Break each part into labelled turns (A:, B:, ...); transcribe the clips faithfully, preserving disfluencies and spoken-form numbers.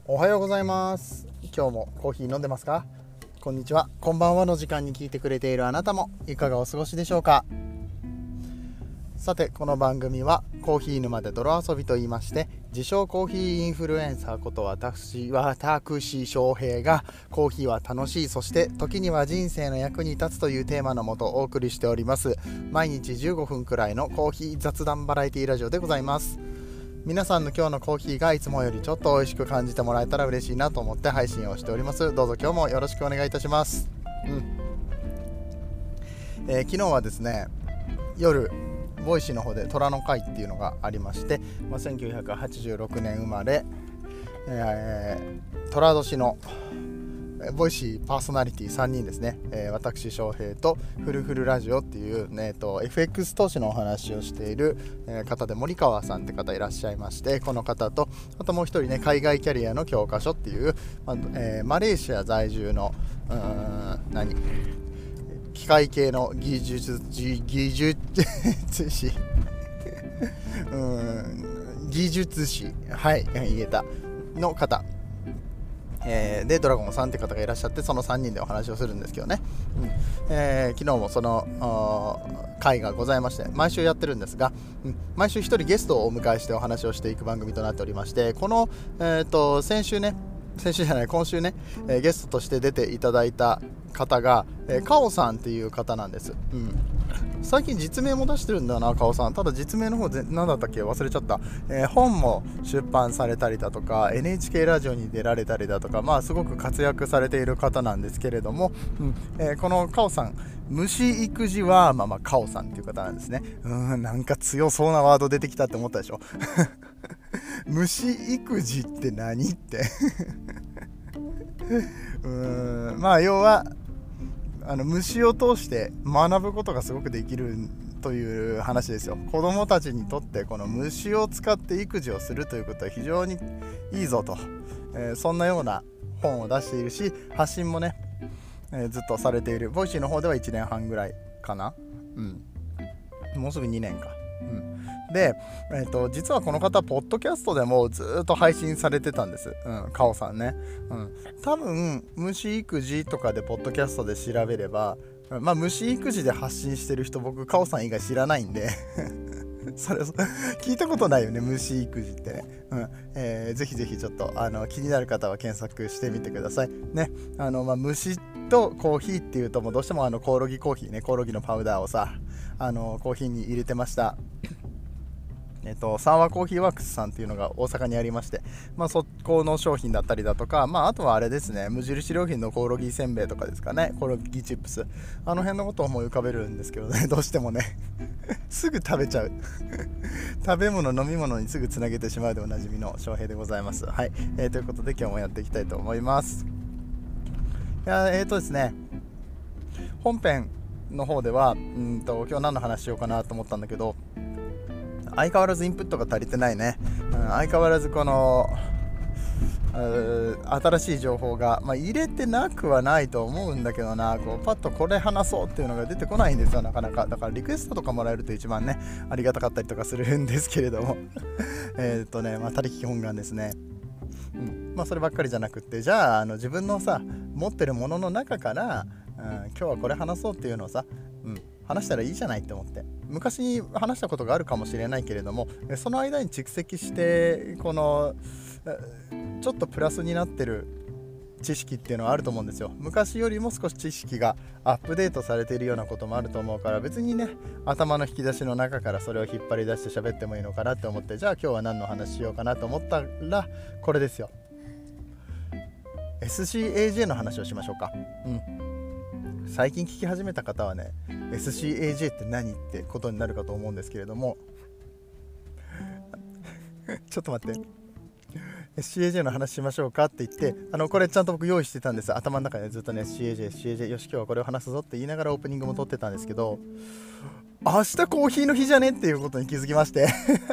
A: おはようございます。今日もコーヒー飲んでますか？こんにちは、こんばんはの時間に聞いてくれているあなたもいかがお過ごしでしょうか？さて、この番組はコーヒー沼で泥遊びと言いまして、自称コーヒーインフルエンサーこと私は私翔平がコーヒーは楽しい、そして時には人生の役に立つというテーマのもとお送りしております。毎日じゅうごふんくらいのコーヒー雑談バラエティラジオでございます。皆さんの今日のコーヒーがいつもよりちょっと美味しく感じてもらえたら嬉しいなと思って配信をしております。どうぞ今日もよろしくお願いいたします。うんえー、昨日はですね、夜ボイシーの方で虎の会っていうのがありまして、まあ、せんきゅうひゃくはちじゅうろくねん生まれ、えー、虎年のボイシーパーソナリティさんにんですね、えー、私翔平とフルフルラジオっていう、ね、と エフエックス 投資のお話をしている、えー、方で森川さんって方いらっしゃいまして、この方とあともう一人ね、海外キャリアの教科書っていう、まあえー、マレーシア在住のうーん何機械系の技術技術士うーん技術士はい言えたの方、えー、でドラゴンさんって方がいらっしゃって、そのさんにんでお話をするんですけどね、うんえー、昨日もその会がございまして、毎週やってるんですが、うん、毎週ひとりゲストをお迎えしてお話をしていく番組となっておりまして、この、えー、と先週ね先週じゃない今週ね、えー、ゲストとして出ていただいた方が、えー、カオさんっていう方なんです、うん、最近実名も出してるんだな、カオさん。ただ実名の方何だったっけ忘れちゃった、えー、本も出版されたりだとか エヌエイチケー ラジオに出られたりだとか、まあすごく活躍されている方なんですけれども、うんえー、このカオさん、虫育児はまあまあカオさんっていう方なんですね。うーんなんか強そうなワード出てきたって思ったでしょ虫育児って何ってうーんまあ要はあの虫を通して学ぶことがすごくできるという話ですよ。子供たちにとってこの虫を使って育児をするということは非常にいいぞと、えー、そんなような本を出しているし、発信もね、えー、ずっとされている。ボイシーの方ではいちねんはんぐらいかな、うん、もうすぐにねんか、うんで、えー、と実はこの方ポッドキャストでもずっと配信されてたんです、うん、カオさんね、うん、多分虫育児とかでポッドキャストで調べれば、まあ虫育児で発信してる人僕カオさん以外知らないんでそれ聞いたことないよね、虫育児ってね、うんえー、ぜひぜひちょっとあの気になる方は検索してみてくださいね。あの、まあ、虫とコーヒーっていうともうどうしてもあのコオロギコーヒーね、コオロギのパウダーをさあのコーヒーに入れてましたえっと、三和コーヒーワークスさんっていうのが大阪にありまして、まあ、そこの商品だったりだとか、まあ、あとはあれですね、無印良品のコオロギせんべいとかですかね、コオロギチップス、あの辺のことを思い浮かべるんですけどね、どうしてもねすぐ食べちゃう食べ物飲み物にすぐつなげてしまうでおなじみの翔平でございます。はい、えー、ということで今日もやっていきたいと思います。いやえーとですね本編の方ではうんと今日何の話しようかなと思ったんだけど、相変わらずインプットが足りてないね、うん、相変わらずこの新しい情報が、まあ、入れてなくはないと思うんだけどな、こうパッとこれ話そうっていうのが出てこないんですよ、なかなか。だからリクエストとかもらえると一番ねありがたかったりとかするんですけれどもえっとねまあ他力本願ですね。うんまあ、そればっかりじゃなくって、じゃあ、あの自分のさ持ってるものの中から、うん、今日はこれ話そうっていうのをさ、うん、話したらいいじゃないって思って、昔に話したことがあるかもしれないけれども、その間に蓄積してこのちょっとプラスになってる知識っていうのはあると思うんですよ。昔よりも少し知識がアップデートされているようなこともあると思うから、別にね頭の引き出しの中からそれを引っ張り出して喋ってもいいのかなって思って、じゃあ今日は何の話しようかなと思ったらこれですよ。 エスシーエージェー の話をしましょうか。うん最近聞き始めた方はね エスシーエージェー って何ってことになるかと思うんですけれどもちょっと待って、 エスシーエージェー の話しましょうかって言って、あのこれちゃんと僕用意してたんです。頭の中でずっとね エスシーエージェー、エスシーエージェー よし今日はこれを話すぞって言いながらオープニングも撮ってたんですけど、明日コーヒーの日じゃねっていうことに気づきまして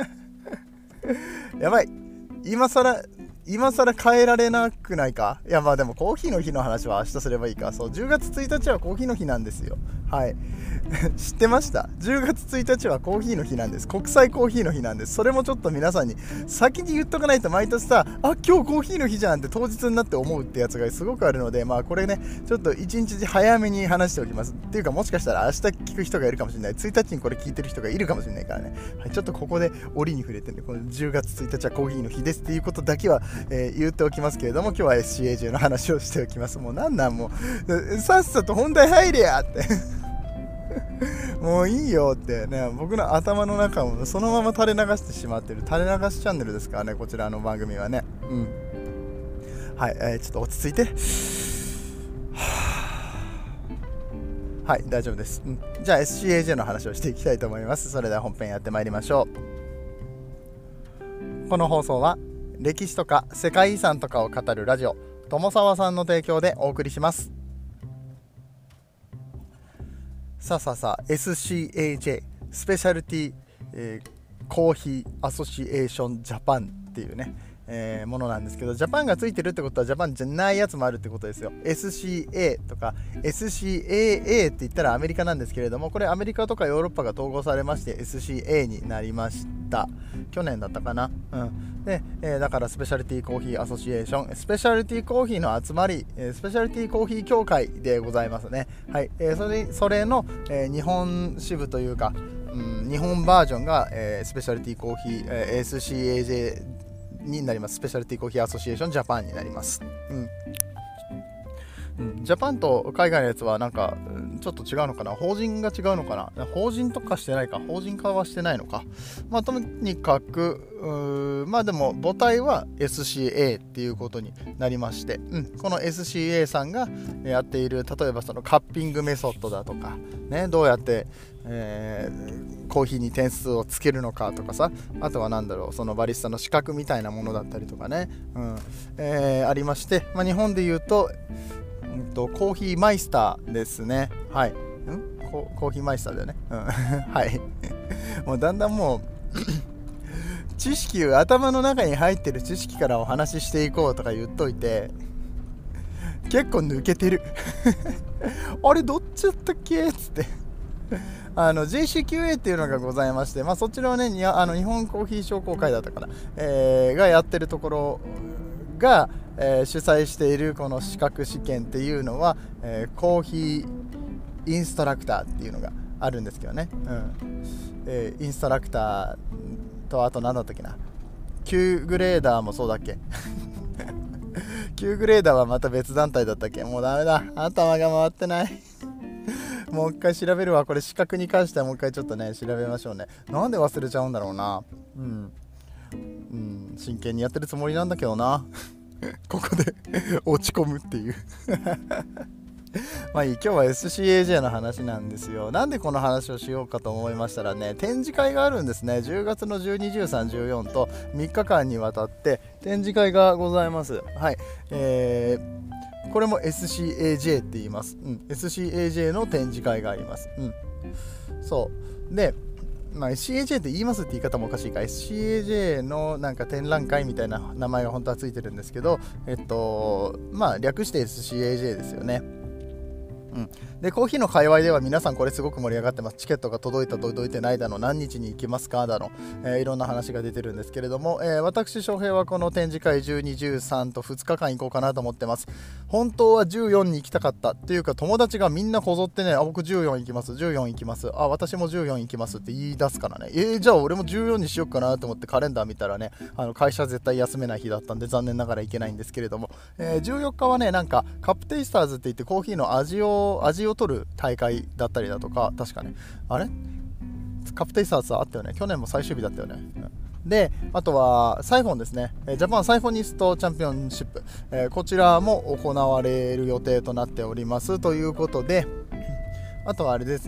A: やばい、今更今更変えられなくないか。いやまあでもコーヒーの日の話は明日すればいいか。そうじゅうがつついたちはコーヒーの日なんですよ。 はい知ってました？じゅうがつついたちはコーヒーの日なんです。国際コーヒーの日なんです。それもちょっと皆さんに先に言っとかないと、毎年さ、あ、今日コーヒーの日じゃんって当日になって思うってやつがすごくあるので、まあこれね、ちょっと一日早めに話しておきます。っていうか、もしかしたら明日聞く人がいるかもしれない、ついたちにこれ聞いてる人がいるかもしれないからね、はい、ちょっとここで折に触れてね、このじゅうがつついたちはコーヒーの日ですっていうことだけは、えー、言っておきますけれども、今日は エスシーエージェー の話をしておきます。もうなんなん、もうさっさと本題入れやってもういいよってね、僕の頭の中をそのまま垂れ流してしまってる垂れ流しチャンネルですからね、こちらの番組はね。うんはい、えー、ちょっと落ち着いてはい、大丈夫です、うん、じゃあ エスシーエージェー の話をしていきたいと思います。それでは本編やってまいりましょう。この放送は歴史とか世界遺産とかを語るラジオ友沢さんの提供でお送りします。さあさあさあ エスシーエージェー スペシャルティ、えー、コーヒーアソシエーションジャパンっていうね、えー、ものなんですけど、ジャパンがついてるってことはジャパンじゃないやつもあるってことですよ。 エスシーエー とか エスシーエーエー って言ったらアメリカなんですけれども、これアメリカとかヨーロッパが統合されまして エスシーエー になりました。去年だったかな、うんで、えー、だからスペシャルティーコーヒーアソシエーション、スペシャルティーコーヒーの集まり、えー、スペシャルティーコーヒー協会でございますね。はい、えー、それそれの、えー、日本支部というか、うん、日本バージョンが、えー、スペシャルティーコーヒー、えー、エスシーエージェー になります。スペシャルティーコーヒーアソシエーションジャパンになります。うんうん、ジャパンと海外のやつはなんかちょっと違うのかな、法人が違うのかな、法人とかしてないか、法人化はしてないのか、まあとにかくまあでも母体は エスシーエー っていうことになりまして、うん、この エスシーエー さんがやっている、例えばそのカッピングメソッドだとかね、どうやって、えー、コーヒーに点数をつけるのかとかさ、あとはなんだろう、そのバリスタの資格みたいなものだったりとかね、うんえー、ありまして、まあ、日本で言うとコーヒーマイスターですね。はい。んコ, コーヒーマイスターだよね。うん、はい。もうだんだんもう知識を頭の中に入ってる知識からお話ししていこうとか言っといて、結構抜けてる。あれどっちだったっけっつって。あの ジェーシーキューエー っていうのがございまして、まあ、そちらはね、にあの日本コーヒー商工会だったかな、えー、がやってるところが、えー、主催しているこの資格試験っていうのは、えー、コーヒーインストラクターっていうのがあるんですけどね、うんえー、インストラクターと、あと何だったっけな、キューグレーダーもそうだっけキューグレーダーはまた別団体だったっけ、もうダメだ、頭が回ってないもう一回調べるわ。これ資格に関してはもう一回ちょっとね調べましょうね。なんで忘れちゃうんだろうな。うん、うん、真剣にやってるつもりなんだけどなここで落ち込むっていうまあいい、今日は エスシーエージェー の話なんですよ。なんでこの話をしようかと思いましたらね、展示会があるんですね。じゅうがつのじゅうに、じゅうさん、じゅうよんとみっかかんにわたって展示会がございます。はい、えー、これも エスシーエージェー って言います、うん、エスシーエージェー の展示会があります、うん、そうで、まあ、エスシーエージェー って言いますって言い方もおかしいか、 エスシーエージェー のなんか展覧会みたいな名前が本当はついてるんですけど、えっとまあ略して エスシーエージェー ですよね。うん、でコーヒーの界隈では皆さんこれすごく盛り上がってます。チケットが届いた届いてないだの、何日に行きますかだの、えー、いろんな話が出てるんですけれども、えー、私翔平はこの展示会じゅうに、じゅうさんとふつかかん行こうかなと思ってます。本当はじゅうよんに行きたかったっていうか、友達がみんなこぞってね、あ僕じゅうよん行きます、じゅうよん行きます、あ私もじゅうよん行きますって言い出すからね、えー、じゃあ俺もじゅうよんにしようかなと思ってカレンダー見たらね、あの会社絶対休めない日だったんで残念ながら行けないんですけれども、えー、じゅうよっかはね、なんかカップテイスターズって言ってコーヒーの味を味を取る大会だったりだとか、確かね、あれカップテイスターズあったよね、去年も最終日だったよね。であとはサイフォンですね、ジャパンサイフォニストチャンピオンシップ、えー、こちらも行われる予定となっておりますということで、あとはあれですね、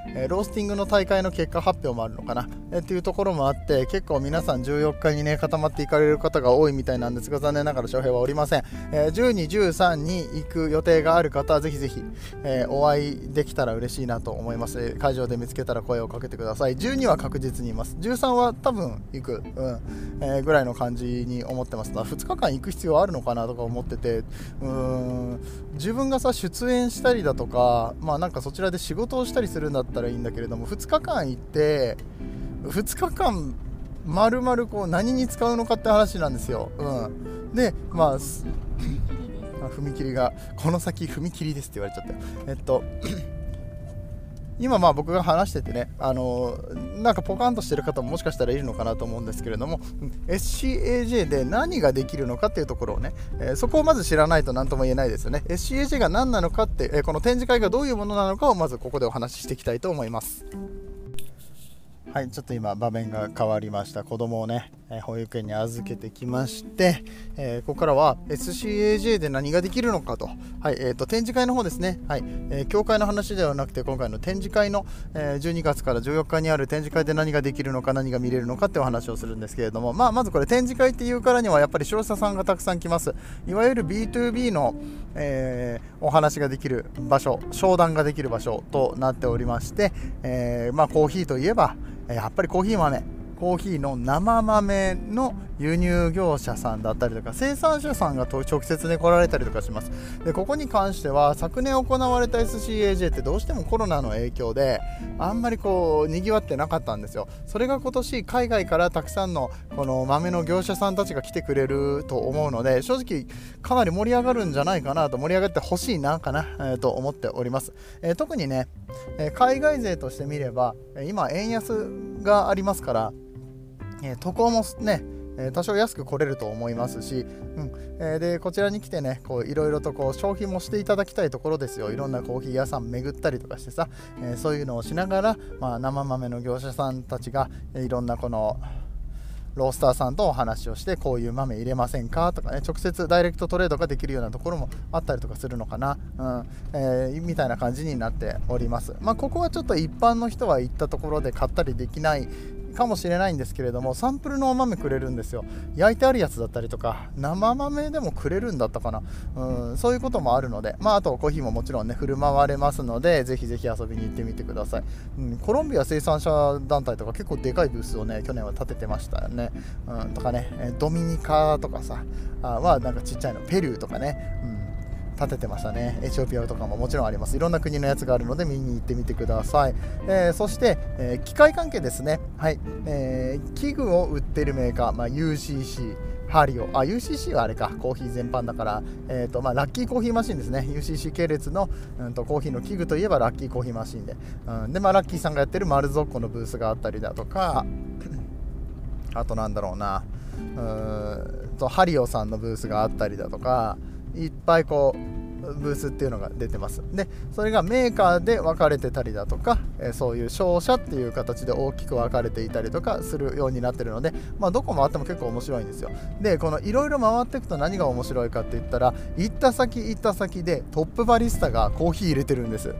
A: えー、ロースティングの大会の結果発表もあるのかな、えー、っていうところもあって、結構皆さんじゅうよっかにね固まっていかれる方が多いみたいなんですが、残念ながら翔平はおりません。えー、じゅうに、じゅうさんに行く予定がある方はぜひぜひ、えー、お会いできたら嬉しいなと思います。えー、会場で見つけたら声をかけてください。じゅうには確実にいます。じゅうさんは多分行く、うんえー、ぐらいの感じに思ってます。ふつかかん行く必要あるのかなとか思ってて、うーん自分がさ出演したりだとか、まあなんかそちらで仕事をしたりするんだったらいいんだけれども、ふつかかん行ってふつかかん丸々こう何に使うのかって話なんですよ。うん、でまあ踏切がこの先踏切ですって言われちゃったよ。えっと今まあ僕が話しててね、あのー、なんかポカンとしてる方ももしかしたらいるのかなと思うんですけれども、 エスシーエージェー で何ができるのかっていうところをね、えー、そこをまず知らないと何とも言えないですよね。 エスシーエージェー が何なのかって、えー、この展示会がどういうものなのかをまずここでお話ししていきたいと思います。はい、ちょっと今場面が変わりました。子供をね、えー、保育園に預けてきまして、えー、ここからは エスシーエージェー で何ができるのかと、はいえー、と展示会の方ですね、はいえー、協会の話ではなくて今回の展示会の、えー、じゅうにがつからじゅうよっかにある展示会で何ができるのか何が見れるのかっていうお話をするんですけれども、まあ、まずこれ展示会っていうからにはやっぱり商社さんがたくさん来ます。いわゆる ビーツービー の、えー、お話ができる場所、商談ができる場所となっておりまして、えーまあ、コーヒーといえばやっぱりコーヒー豆、コーヒーの生豆の輸入業者さんだったりとか生産者さんが直接ね来られたりとかします。でここに関しては昨年行われた エスシーエージェー ってどうしてもコロナの影響であんまりこう賑わってなかったんですよ。それが今年海外からたくさんのこの豆の業者さんたちが来てくれると思うので、正直かなり盛り上がるんじゃないかなと、盛り上がってほしいなかな、えー、と思っております。えー、特にね、えー、海外勢として見れば今円安がありますから、えー、渡航もね、えー、多少安く来れると思いますし、うんえー、でこちらに来てねこういろいろとこう消費もしていただきたいところですよ。いろんなコーヒー屋さん巡ったりとかしてさ、えー、そういうのをしながら、まあ、生豆の業者さんたちが、えー、いろんなこのロースターさんとお話をして、こういう豆入れませんかとかね、直接ダイレクトトレードができるようなところもあったりとかするのかな、うんえー、みたいな感じになっております。まあ、ここはちょっと一般の人は行ったところで買ったりできないかもしれないんですけれども、サンプルのお豆くれるんですよ。焼いてあるやつだったりとか生豆でもくれるんだったかな、うん、そういうこともあるので、まあ、あとコーヒーももちろんね振る舞われますので、ぜひぜひ遊びに行ってみてください。うん、コロンビア生産者団体とか結構でかいブースをね去年は立ててましたよね、うん、とかねドミニカとかさあはなんかちっちゃいの、ペルーとかね、うん立ててましたね。エチオピアとかももちろんあります。いろんな国のやつがあるので見に行ってみてください。えー、そして、えー、機械関係ですね。はい、えー、器具を売ってるメーカー、まあ、ユーシーシー、ハリオ、あ ユーシーシー はあれかコーヒー全般だから、えーとまあ、ラッキーコーヒーマシンですね。 ユーシーシー 系列の、うん、とコーヒーの器具といえばラッキーコーヒーマシンで、うん、で、まあ、ラッキーさんがやってるマルゾッコのブースがあったりだとかあとなんだろうなうーんとハリオさんのブースがあったりだとか、いっぱいこうブースっていうのが出てます。でそれがメーカーで分かれてたりだとか、えー、そういう商社っていう形で大きく分かれていたりとかするようになってるので、まあ、どこ回っても結構面白いんですよ。でこのいろいろ回っていくと何が面白いかって言ったら、行った先行った先でトップバリスタがコーヒー入れてるんですね。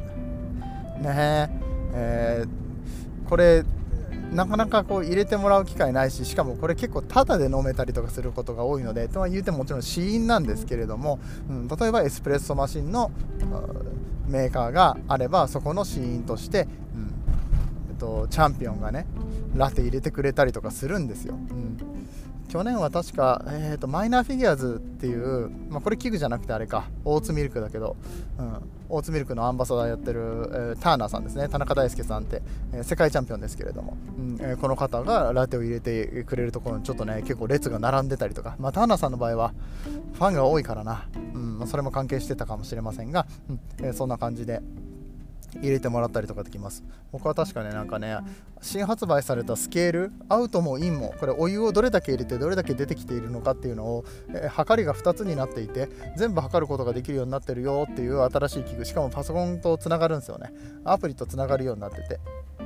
A: えー、これなかなかこう入れてもらう機会ないし、しかもこれ結構タダで飲めたりとかすることが多いので、とは言うてももちろん試飲なんですけれども、うん、例えばエスプレッソマシンのメーカーがあればそこの試飲として、うんえっと、チャンピオンがねラテ入れてくれたりとかするんですよ。うん去年は確か、えーと、マイナーフィギュアーズっていう、まあ、これ器具じゃなくてあれかオーツミルクだけど、うん、オーツミルクのアンバサダーやってる、えー、ターナーさんですね。田中大輔さんって、えー、世界チャンピオンですけれども、うんえー、この方がラテを入れてくれるところにちょっとね結構列が並んでたりとか、まあ、ターナーさんの場合はファンが多いからな、うんまあ、それも関係してたかもしれませんが、うんえー、そんな感じで入れてもらったりとかできます。僕は確かねなんかね新発売されたスケールアウトもインもこれお湯をどれだけ入れてどれだけ出てきているのかっていうのを、えー、測りがふたつになっていて全部測ることができるようになってるよっていう新しい器具、しかもパソコンとつながるんですよね。アプリとつながるようになってて、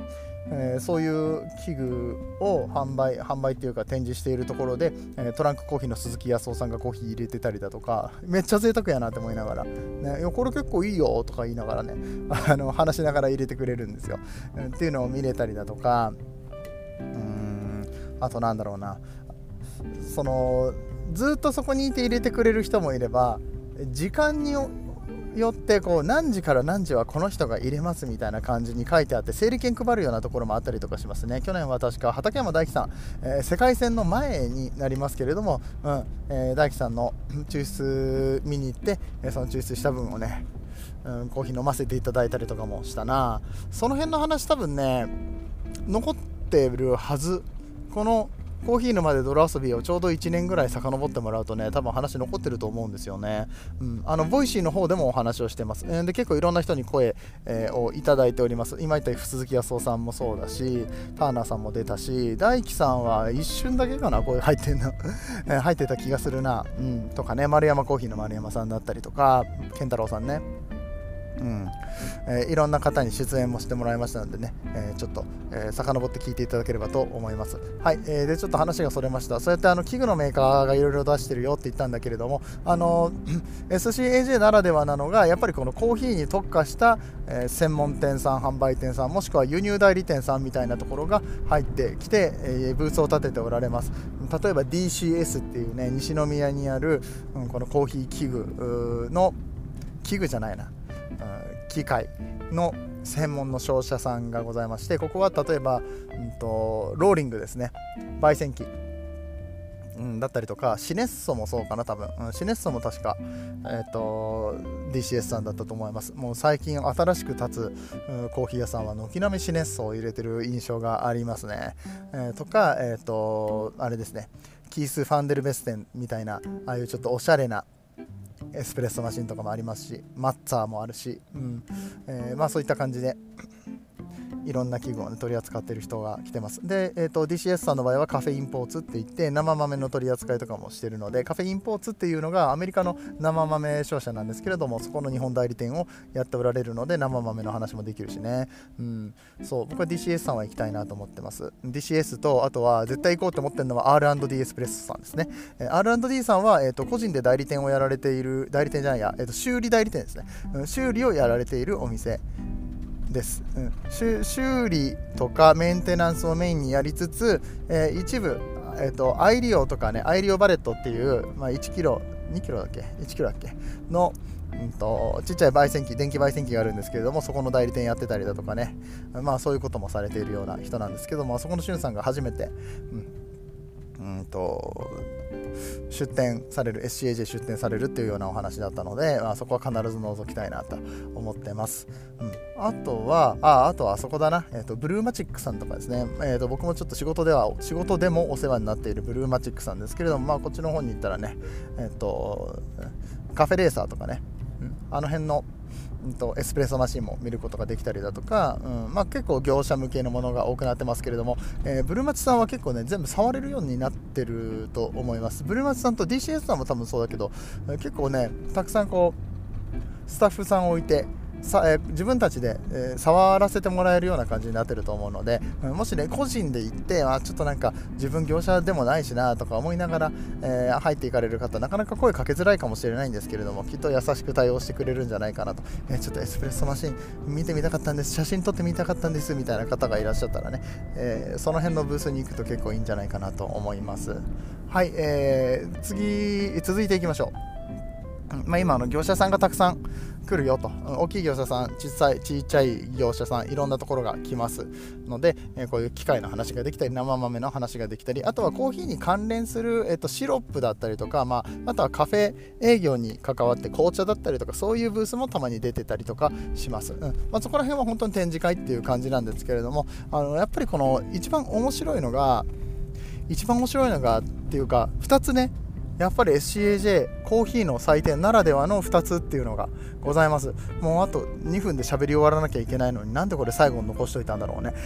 A: えー、そういう器具を販売販売っていうか展示しているところで、えー、トランクコーヒーの鈴木康夫さんがコーヒー入れてたりだとか、めっちゃ贅沢やなって思いながら、ね、いやこれ結構いいよとか言いながらねあの話しながら入れてくれるんですよ、うん、っていうのを見れたりだとか、うーんあとなんだろうな、そのずっとそこにいて入れてくれる人もいれば、時間によってこう何時から何時はこの人が入れますみたいな感じに書いてあって、整理券配るようなところもあったりとかしますね。去年は確か畠山大樹さん、えー、世界戦の前になりますけれども、うんえー、大樹さんの抽出見に行って、その抽出した分をね、うん、コーヒー飲ませていただいたりとかもしたな。その辺の話多分ね残ってるはず。このコーヒー沼で泥遊びをちょうどいちねんぐらい遡ってもらうとね、多分話残ってると思うんですよね。うん、あのボイシーの方でもお話をしてます。えー、で結構いろんな人に声、えー、をいただいております。今言った鈴木康夫さんもそうだし、ターナーさんも出たし、大樹さんは一瞬だけかな声入ってんのえー入ってた気がするな、うん、とかね、丸山コーヒーの丸山さんだったりとか、健太郎さんね、うんえー、いろんな方に出演もしてもらいましたのでね、えー、ちょっと、えー、遡って聞いていただければと思います。はい、えー、でちょっと話がそれました。そうやってあの器具のメーカーがいろいろ出してるよって言ったんだけれども、あの エスシーエージェー ならではなのがやっぱりこのコーヒーに特化した、えー、専門店さん、販売店さん、もしくは輸入代理店さんみたいなところが入ってきて、えー、ブースを立てておられます。例えば ディーシーエス っていうね、西宮にある、うん、このコーヒー器具の器具じゃないな機械の専門の商社さんがございまして、ここは例えば、うんと、ローリングですね、焙煎機、うん、だったりとか、シネッソもそうかな多分、うん、シネッソも確か、えー、と ディーシーエス さんだったと思います。もう最近新しく建つ、うん、コーヒー屋さんは軒並みシネッソを入れてる印象がありますね、えー、とか、えー、とあれですね、キース・ファンデルベステンみたいな、ああいうちょっとおしゃれなエスプレッソマシンとかもありますし、マッツァーもあるし、うんえー、まあそういった感じでいろんな器具を、ね、取り扱っている人が来てます。で、えーと、ディーシーエス さんの場合はカフェインポーツって言って生豆の取り扱いとかもしているので、カフェインポーツっていうのがアメリカの生豆商社なんですけれども、そこの日本代理店をやっておられるので生豆の話もできるしね、うん、そう僕は ディーシーエス さんは行きたいなと思ってます。 ディーシーエス とあとは絶対行こうと思ってるのは アールアンドディー エスプレッソさんですね。 アールアンドディー さんは、えーと、個人で代理店をやられている、代理店じゃないや、えーと、修理代理店ですね、うん、修理をやられているお店です、うん、修理とかメンテナンスをメインにやりつつ、えー、一部、えーと、アイリオとかね、アイリオバレットっていう、まあ、いちキロにキロだっけいちキロだっけの、うんと、ちっちゃい焙煎機、電気焙煎機があるんですけれども、そこの代理店やってたりだとかね、まあそういうこともされているような人なんですけども、そこのしゅんさんが初めて、うん、うんと出店される エスシーエージェー 出店されるっていうようなお話だったので、まあ、そこは必ず覗きたいなと思ってます、うん、あとはああとはあそこだな、えーと、ブルーマチックさんとかですね、えーと、僕もちょっと仕事では仕事でもお世話になっているブルーマチックさんですけれども、まあ、こっちの方に行ったらね、えーと、カフェレーサーとかね、うん、あの辺のうんとエスプレッソマシンも見ることができたりだとか、うんまあ、結構業者向けのものが多くなってますけれども、えー、ブルーマチさんは結構ね全部触れるようになってると思います。ブルーマチさんと ディーシーエス さんも多分そうだけど、えー、結構ねたくさんこうスタッフさんを置いてさ、えー、自分たちで、えー、触らせてもらえるような感じになってると思うので、うん、もしね個人で行ってあちょっとなんか自分業者でもないしなとか思いながら、えー、入っていかれる方なかなか声かけづらいかもしれないんですけれども、きっと優しく対応してくれるんじゃないかなと、えー、ちょっとエスプレッソマシン見てみたかったんです、写真撮ってみたかったんですみたいな方がいらっしゃったらね、えー、その辺のブースに行くと結構いいんじゃないかなと思います。はい、えー、次続いていきましょう。まあ、今あの業者さんがたくさん来るよと、大きい業者さん、小さい小さい業者さん、いろんなところが来ますので、えー、こういう機械の話ができたり生豆の話ができたり、あとはコーヒーに関連する、えー、とシロップだったりとか、まあ、あとはカフェ営業に関わって紅茶だったりとか、そういうブースもたまに出てたりとかします、うんまあ、そこら辺は本当に展示会っていう感じなんですけれども、あのやっぱりこの一番面白いのが一番面白いのがっていうかふたつね、やっぱり エスシーエージェー コーヒーの祭典ならではのふたつっていうのがございます。もうあとにふんで喋り終わらなきゃいけないのに、なんでこれ最後に残しといたんだろうね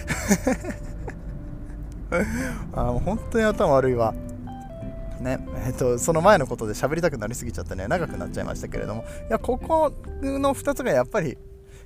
A: あもう本当に頭悪いわね。えっとその前のことで喋りたくなりすぎちゃってね長くなっちゃいましたけれども、いやここのふたつがやっぱり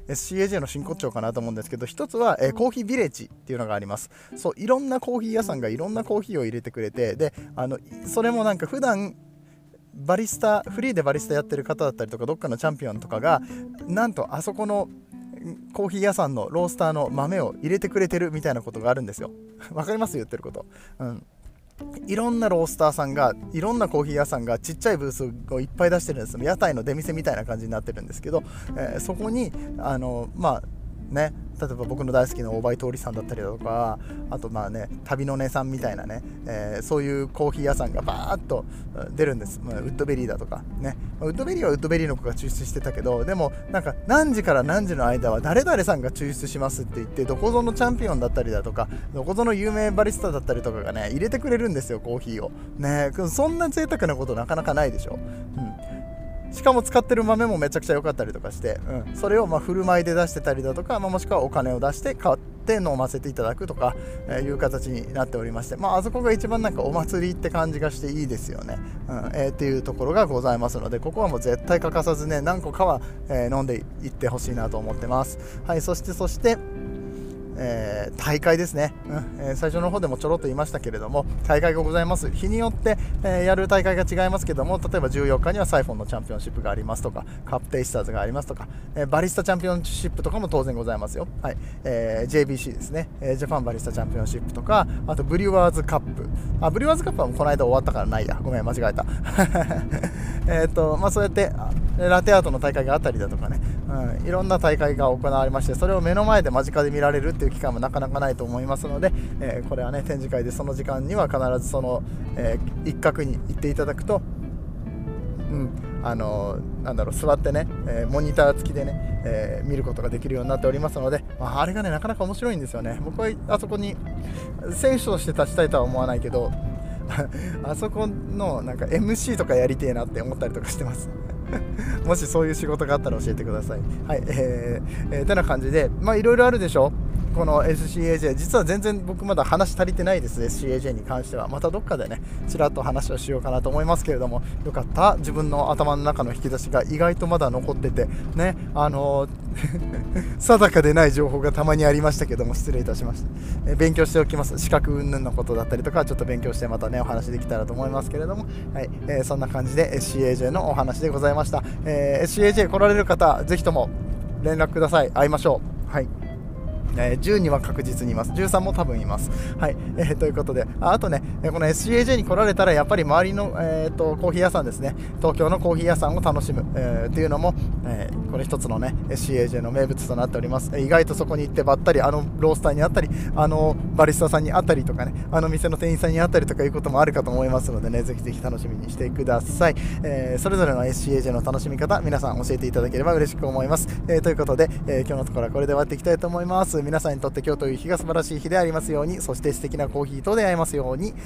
A: エスシーエージェー の真骨頂かなと思うんですけど、一つは、えー、コーヒービレッジっていうのがあります。そう、いろんなコーヒー屋さんがいろんなコーヒーを入れてくれて、であのそれもなんか普段バリスタフリーでバリスタやってる方だったりとか、どっかのチャンピオンとかがなんとあそこのコーヒー屋さんのロースターの豆を入れてくれてるみたいなことがあるんですよ。わかります言ってること、うん、いろんなロースターさんがいろんなコーヒー屋さんがちっちゃいブースをいっぱい出してるんです。屋台の出店みたいな感じになってるんですけど、えー、そこにあのまあね、例えば僕の大好きな大場通りさんだったりだとか、あとまあね旅の姉さんみたいなね、えー、そういうコーヒー屋さんがバーッと出るんです。まあ、ウッドベリーだとかね、まあ、ウッドベリーはウッドベリーの子が抽出してたけど、でもなんか何時から何時の間は誰々さんが抽出しますって言って、どこぞのチャンピオンだったりだとか、どこぞの有名バリスタだったりとかがね入れてくれるんですよ、コーヒーをね。そんな贅沢なことなかなかないでしょ。うんしかも使ってる豆もめちゃくちゃ良かったりとかして、うん、それをまあ振る舞いで出してたりだとか、まあ、もしくはお金を出して買って飲ませていただくとか、えー、いう形になっておりまして、まあ、あそこが一番なんかお祭りって感じがしていいですよね、うんえー、っていうところがございますので、ここはもう絶対欠かさずね何個かは、えー、飲んでいってほしいなと思ってます。はい、そしてそしてえー、大会ですね、うんえー、最初の方でもちょろっと言いましたけれども、大会がございます。日によって、えー、やる大会が違いますけども、例えばじゅうよっかにはサイフォンのチャンピオンシップがありますとか、カップテイスターズがありますとか、えー、バリスタチャンピオンシップとかも当然ございますよ。はいえー、ジェイビーシー ですね、えー、ジャパンバリスタチャンピオンシップとか、あとブリュワーズカップ、あブリュワーズカップはもうこの間終わったからないや、ごめん間違えたえっとまあそうやってラテアートの大会があったりだとかね、うん、いろんな大会が行われまして、それを目の前で間近で見られるっていう機会もなかなかないと思いますので、えー、これはね展示会でその時間には必ずその、えー、一角に行っていただくと、うんあのー、なんだろう座ってね、えー、モニター付きでね、えー、見ることができるようになっておりますので、まあ、あれがねなかなか面白いんですよね。僕はあそこに選手として立ちたいとは思わないけどあそこのなんか エムシー とかやりてえなって思ったりとかしてますもしそういう仕事があったら教えてください。はい、えー、えー、てな感じで、まあいろいろあるでしょ。この エスシーエージェー、実は全然僕まだ話足りてないです。 エスシーエージェー に関してはまたどっかでねちらっと話をしようかなと思いますけれども、よかった。自分の頭の中の引き出しが意外とまだ残っててね、あのー、定かでない情報がたまにありましたけども、失礼いたしました。えー、勉強しておきます。資格云々のことだったりとかちょっと勉強してまたねお話できたらと思いますけれども、はい、えー、そんな感じで エスシーエージェー のお話でございました。えー、エスシーエージェー 来られる方ぜひとも連絡ください。会いましょう。はい、えー、じゅうには確実にいます。じゅうさんも多分います。はい、えー、ということで、あ, あとね、この エスシーエージェー に来られたらやっぱり周りの、えー、とコーヒー屋さんですね、東京のコーヒー屋さんを楽しむ、えー、っていうのも、えー、これ一つのね エスシーエージェー の名物となっております。意外とそこに行ってばったりあのロースターにあったり、あのバリスタさんにあったりとかね、あの店の店員さんにあったりとかいうこともあるかと思いますのでね、ぜひぜひ楽しみにしてください。えー、それぞれの エスシーエージェー の楽しみ方皆さん教えていただければ嬉しく思います。えー、ということで、えー、今日のところはこれで終わっていきたいと思います。皆さんにとって今日という日が素晴らしい日でありますように、そして素敵なコーヒーと出会えますように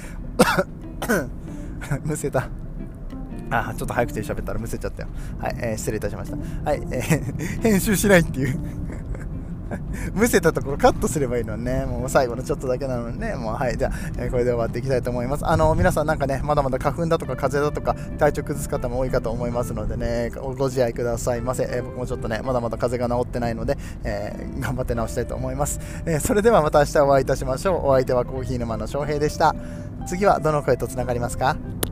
A: むせた。あ、ちょっと早口で喋ったらむせちゃったよ。はい、えー、失礼いたしました。はい、えー、編集しないっていうむせたところカットすればいいのね。もう最後のちょっとだけなのにね。もうはい、じゃあ、えー、これで終わっていきたいと思います。あの皆さんなんかね、まだまだ花粉だとか風邪だとか体調崩す方も多いかと思いますのでね、ご自愛くださいませ。えー、僕もちょっとねまだまだ風邪が治ってないので、えー、頑張って治したいと思います。えー、それではまた明日お会いいたしましょう。お相手はコーヒー沼の翔平でした。次はどの声とつながりますか？